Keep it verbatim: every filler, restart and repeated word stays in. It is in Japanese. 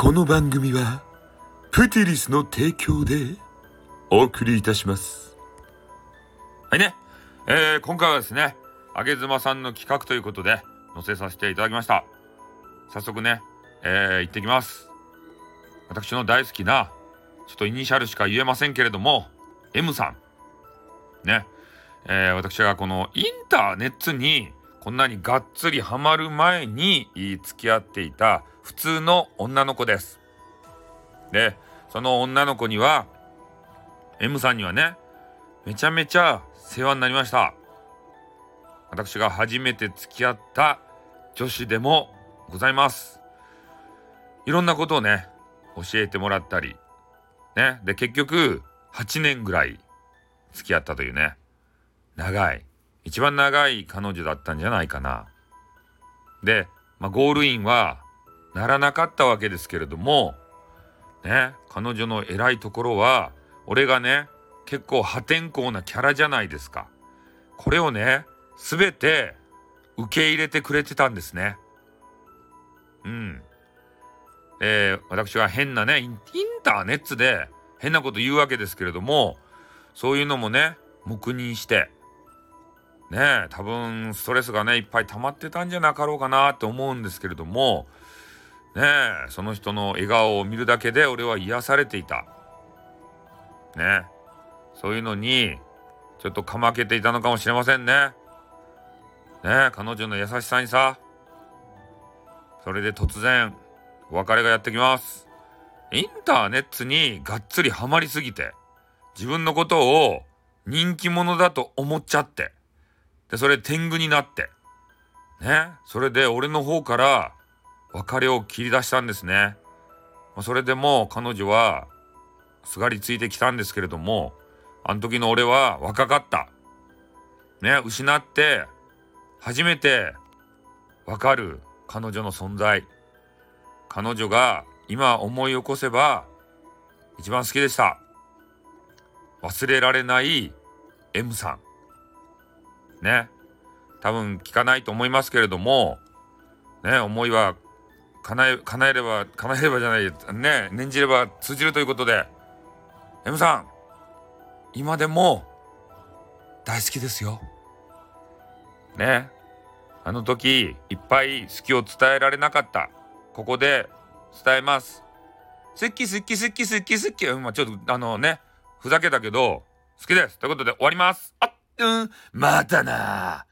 この番組はプティリスの提供でお送りいたします。はいね、えー、今回はですね、あげずまさんの企画ということで載せさせていただきました。早速ね、えー、行ってきます。私の大好きな、ちょっとイニシャルしか言えませんけれども M さんね、えー、私がこのインターネットにこんなにがっつりハマる前に付き合っていた普通の女の子です。で、その女の子には M さんにはね、めちゃめちゃ世話になりました。私が初めて付き合った女子でもございます。いろんなことをね教えてもらったりね、で結局はちねんぐらい付き合ったというね、長い一番長い彼女だったんじゃないかな。で、まあ、ゴールインはならなかったわけですけれどもね、彼女の偉いところは俺がね結構破天荒なキャラじゃないですか。これをね全て受け入れてくれてたんですね。うん。えー、私は変なねインターネットで変なこと言うわけですけれども、そういうのもね黙認してね、多分ストレスがねいっぱい溜まってたんじゃなかろうかなって思うんですけれどもね、その人の笑顔を見るだけで俺は癒されていたね。そういうのにちょっとかまけていたのかもしれませんね。ね、彼女の優しさにさ。それで突然お別れがやってきます。インターネットにがっつりハマりすぎて自分のことを人気者だと思っちゃって、でそれ天狗になってね、それで俺の方から別れを切り出したんですね。まあ、それでも彼女はすがりついてきたんですけれども、あの時の俺は若かったね。失って初めてわかる彼女の存在、彼女が今思い起こせば一番好きでした。忘れられない M さんね。多分聞かないと思いますけれどもね、思いは叶え叶えれば叶えればじゃないね、念じれば通じるということで M さん今でも大好きですよね。あの時いっぱい好きを伝えられなかった、ここで伝えます。好き好き好き好き好き、まあちょっとあのねふざけたけど好きですということで終わります。あっ、うん、またな。